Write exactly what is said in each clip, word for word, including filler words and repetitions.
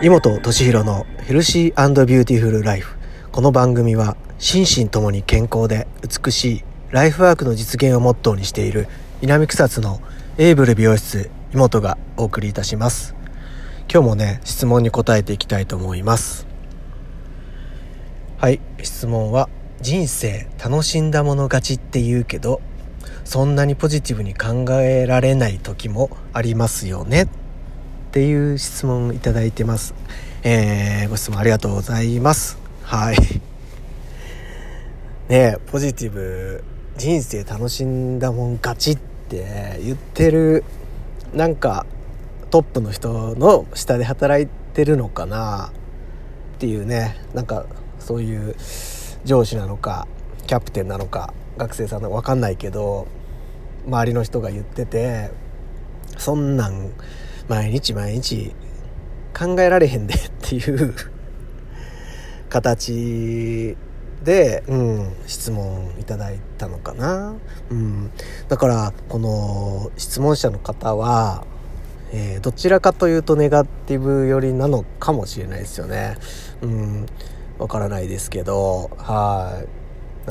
井本俊弘のヘルシー&ビューティフルライフ。この番組は心身ともに健康で美しいライフワークの実現をモットーにしている南草津のエイブル美容室井本がお送りいたします。今日もね質問に答えていきたいと思います。はい、質問は人生楽しんだもの勝ちって言うけどそんなにポジティブに考えられない時もありますよねっていう質問をいただいてます。えー、ご質問ありがとうございます。はいねえ、ポジティブ人生楽しんだもん勝ちって言ってるなんかトップの人の下で働いてるのかなっていうね、なんかそういう上司なのかキャプテンなのか学生さんなのか分かんないけど周りの人が言ってて、そんなん毎日毎日考えられへんでっていう形で、うん、質問いただいたのかな、うん、だからこの質問者の方は、えー、どちらかというとネガティブ寄りなのかもしれないですよね。うん、わからないですけど、はい、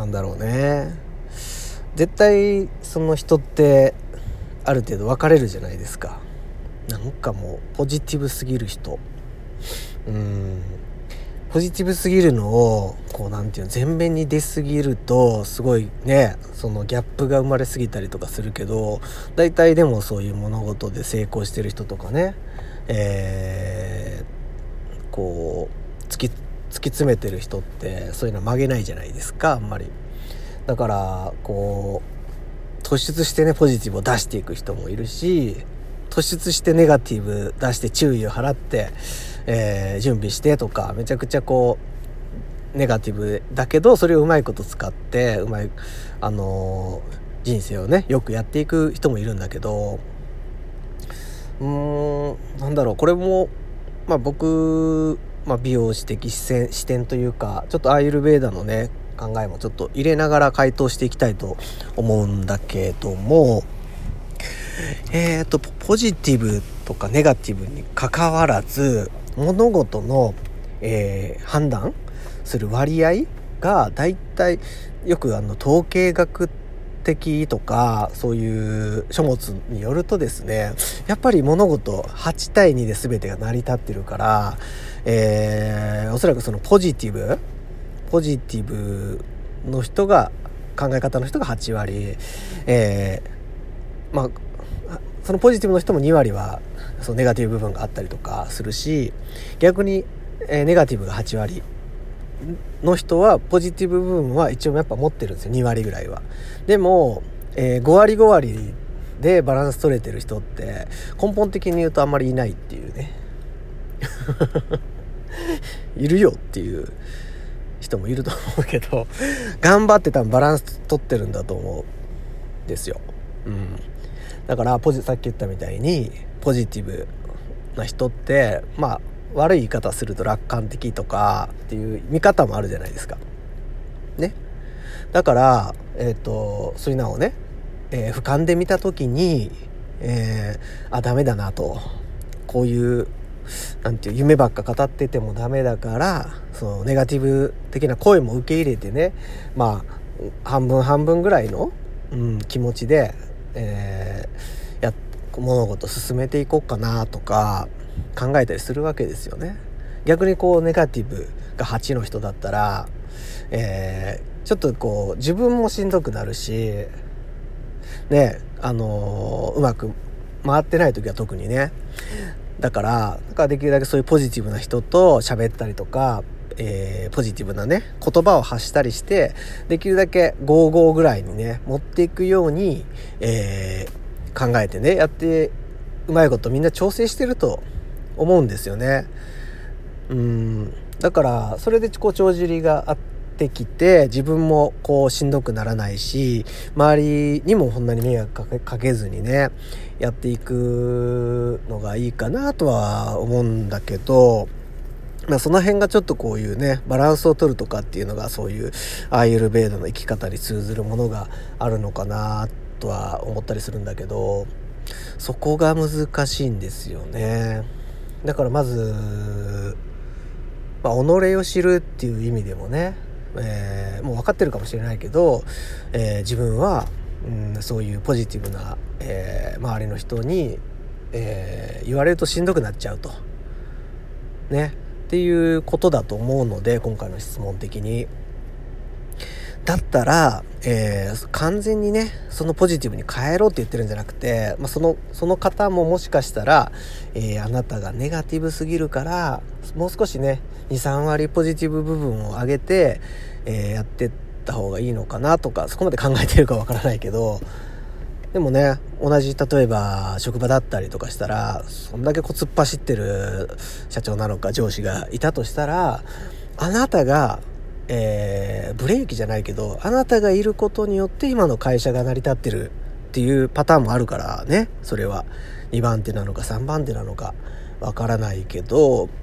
なんだろうね。絶対その人ってある程度分かれるじゃないですか。なんかもうポジティブすぎる人、うーんポジティブすぎるのをこうなんていうの前面に出すぎるとすごいね、そのギャップが生まれすぎたりとかするけど、大体でもそういう物事で成功してる人とかね、えー、こう突き突き詰めてる人ってそういうのは曲げないじゃないですか、あんまり。だからこう突出してねポジティブを出していく人もいるし、突出してネガティブ出して注意を払って、えー、準備してとか、めちゃくちゃこうネガティブだけどそれをうまいこと使ってうまい、あのー、人生をねよくやっていく人もいるんだけど、うーんなんだろう、これも、まあ、僕、まあ、美容師的視点、視点というかちょっとアーユルヴェーダのね考えもちょっと入れながら回答していきたいと思うんだけども、えーとポジティブとかネガティブに関わらず物事の、えー、判断する割合がだいたいよくあの統計学的とかそういう書物によるとですね、やっぱり物事はちたいにで全てが成り立ってるから、えー、おそらくそのポジティブポジティブの人が考え方の人がはちわり、えー、まあそのポジティブの人もにわりはそのネガティブ部分があったりとかするし、逆に、えー、ネガティブがはちわりの人はポジティブ部分は一応やっぱ持ってるんですよ、にわりぐらいは。でも、えー、ごわりごわりでバランス取れてる人って根本的に言うとあんまりいないっていうねいるよっていう人もいると思うけど、頑張って多分バランス取ってるんだと思うんですよ。うんだからポジさっき言ったみたいにポジティブな人ってまあ悪い言い方すると楽観的とかっていう見方もあるじゃないですかね。だからえっとそういうのをね、えー、俯瞰で見た時に、えー、あダメだなと、こういうなんていう夢ばっか語っててもダメだから、そのネガティブ的な声も受け入れてね、まあ半分半分ぐらいの、うん、気持ちでえー、や物事進めていこうかなとか考えたりするわけですよね。逆にこうネガティブがはちの人だったら、えー、ちょっとこう自分もしんどくなるしね、あのー、うまく回ってない時は特にね。だからだからできるだけそういうポジティブな人と喋ったりとか、えー、ポジティブなね言葉を発したりして、できるだけごじゅうごぐらいにね持っていくように、えー、考えてねやってうまいことみんな調整してると思うんですよね。うんだからそれでこう帳尻があってきて自分もこうしんどくならないし、周りにもそんなに迷惑かけ、かけずにねやっていくのがいいかなとは思うんだけど、まあ、その辺がちょっとこういうねバランスを取るとかっていうのがそういうアーユルヴェーダの生き方に通ずるものがあるのかなとは思ったりするんだけど、そこが難しいんですよね。 だからまず、まあ、己を知るっていう意味でもね、えー、もう分かってるかもしれないけど、えー、自分は、うん、そういうポジティブな、えー、周りの人に、えー、言われるとしんどくなっちゃうとねっていうことだと思うので、今回の質問的にだったら、えー、完全にねそのポジティブに変えろって言ってるんじゃなくて、まあ、そのその方ももしかしたら、えー、あなたがネガティブすぎるからもう少しね にさんわりポジティブ部分を上げて、えー、やってった方がいいのかなとか、そこまで考えてるかわからないけど、でもね同じ例えば職場だったりとかしたら、そんだけこう突っ走ってる社長なのか上司がいたとしたら、あなたがえー、ブレーキじゃないけど、あなたがいることによって今の会社が成り立ってるっていうパターンもあるからね。それはにばん手なのかさんばん手なのかわからないけど、うん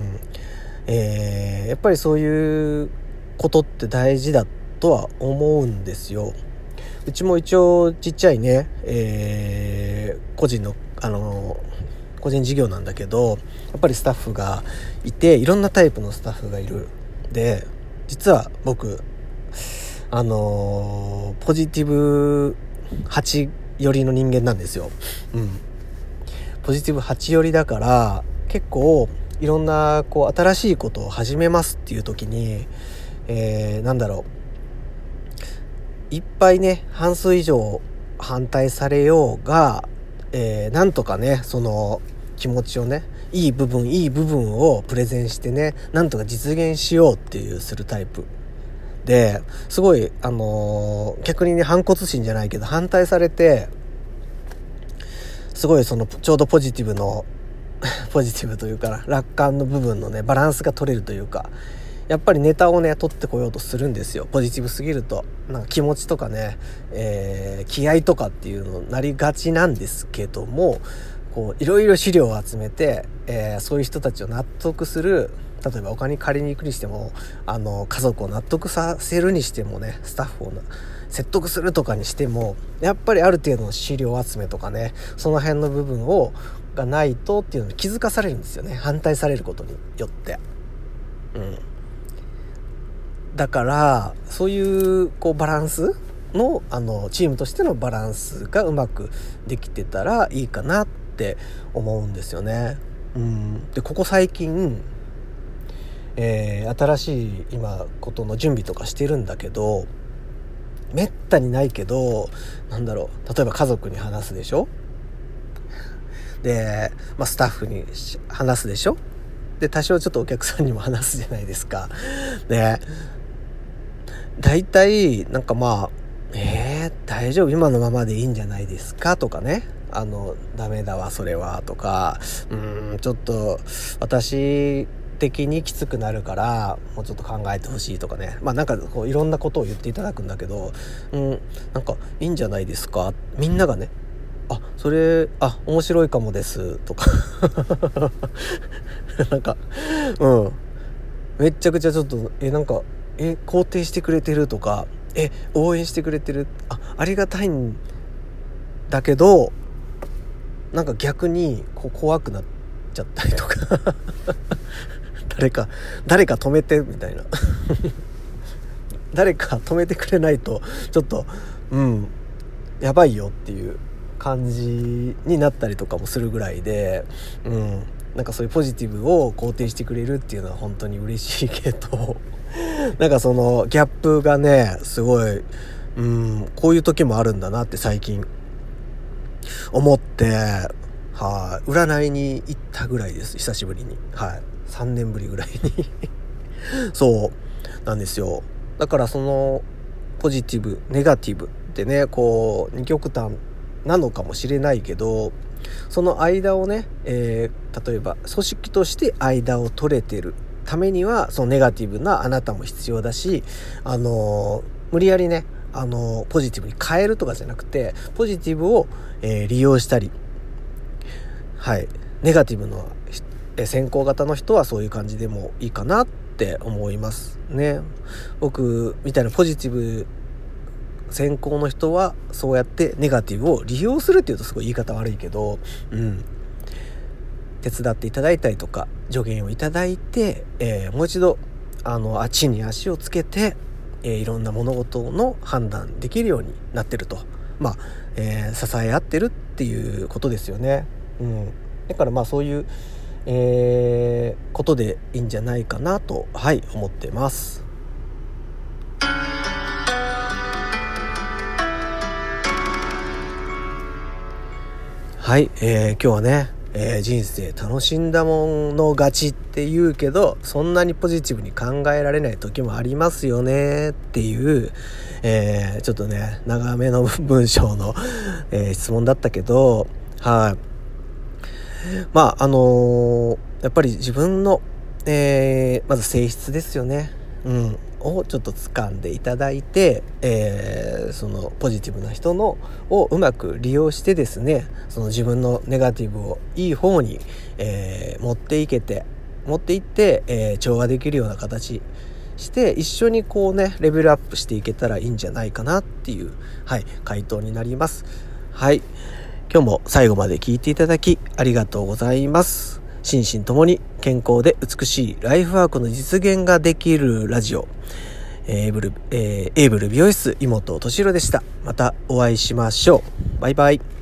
えー、やっぱりそういうことって大事だとは思うんですよ。うちも一応ちっちゃいね、えー、個人のあの個人事業なんだけど、やっぱりスタッフがいて、いろんなタイプのスタッフがいる。で実は僕あのー、ポジティブはち寄りの人間なんですよ、うん、ポジティブはち寄りだから、結構いろんなこう新しいことを始めますっていう時に、えー、なんだろういっぱいね半数以上反対されようが、えー、なんとかねその気持ちをねいい部分いい部分をプレゼンしてね、なんとか実現しようっていうするタイプで、すごいあのー、逆にね反骨心じゃないけど反対されて、すごいそのちょうどポジティブのポジティブというか楽観の部分のねバランスが取れるというか、やっぱりネタをね取ってこようとするんですよ。ポジティブすぎるとなんか気持ちとかね、えー、気合とかっていうのになりがちなんですけども、こういろいろ資料を集めて、えー、そういう人たちを納得する、例えばお金借りに行くにしても、あの家族を納得させるにしてもね、スタッフを説得するとかにしても、やっぱりある程度の資料集めとかね、その辺の部分をがないとっていうのに気づかされるんですよね、反対されることによって。うんだからそういうこうバランスのあのチームとしてのバランスがうまくできてたらいいかなって思うんですよね。うんでここ最近、えー、新しい今ことの準備とかしてるんだけど、めったにないけど、なんだろう、例えば家族に話すでしょ。で、まあ、スタッフに話すでしょ。で多少ちょっとお客さんにも話すじゃないですか。で大体なんかまあえー、大丈夫今のままでいいんじゃないですかとかね、あのダメだわそれはとか、うーんちょっと私的にきつくなるからもうちょっと考えてほしいとかね、まあなんかこういろんなことを言っていただくんだけど、うんなんかいいんじゃないですか、みんながね、あそれあ面白いかもですとかなんかうんめっちゃくちゃちょっとえなんかえ肯定してくれてるとか、え応援してくれてる、あありがたいんだけど、なんか逆にこう怖くなっちゃったりとか誰か誰か止めてみたいな誰か止めてくれないとちょっとうんやばいよっていう感じになったりとかもするぐらいで、うんなんかそういうポジティブを肯定してくれるっていうのは本当に嬉しいけどなんかそのギャップがねすごい、うんこういう時もあるんだなって最近思って、はい、占いに行ったぐらいです。久しぶりに、はい、さんねんぶりぐらいにそうなんですよ。だからそのポジティブネガティブってねこう二極端なのかもしれないけど、その間をね、えー、例えば組織として間を取れてるためにはそのネガティブなあなたも必要だし、あのー、無理やりね、あのー、ポジティブに変えるとかじゃなくてポジティブを、えー、利用したり、はいネガティブの、えー、先行型の人はそういう感じでもいいかなって思いますね。僕みたいなポジティブ先行の人はそうやってネガティブを利用するっていうとすごい言い方悪いけど、うんっ手伝っていただいたりとか助言をいただいて、えー、もう一度あのあっちに足をつけて、えー、いろんな物事の判断できるようになってると、まあ、えー、支え合ってるっていうことですよね。うん、だからまあそういう、えー、ことでいいんじゃないかなと、はい、思ってます。はい、えー、今日はね、えー、人生楽しんだもの勝ちって言うけど、そんなにポジティブに考えられない時もありますよねっていう、えー、ちょっとね長めの文章の、えー、質問だったけど、はい、まああのー、やっぱり自分の、えー、まず性質ですよね、うん、をちょっと掴んでいただいて、えー、そのポジティブな人のをうまく利用してですね、その自分のネガティブをいい方に、えー、持っていけて持っていって、えー、調和できるような形して一緒にこうねレベルアップしていけたらいいんじゃないかなっていう、はい、回答になります。はい、今日も最後まで聞いていただきありがとうございます。心身ともに健康で美しいライフワークの実現ができるラジオ、エーブル、えー、エーブル美容室妹敏郎でした。またお会いしましょう。バイバイ。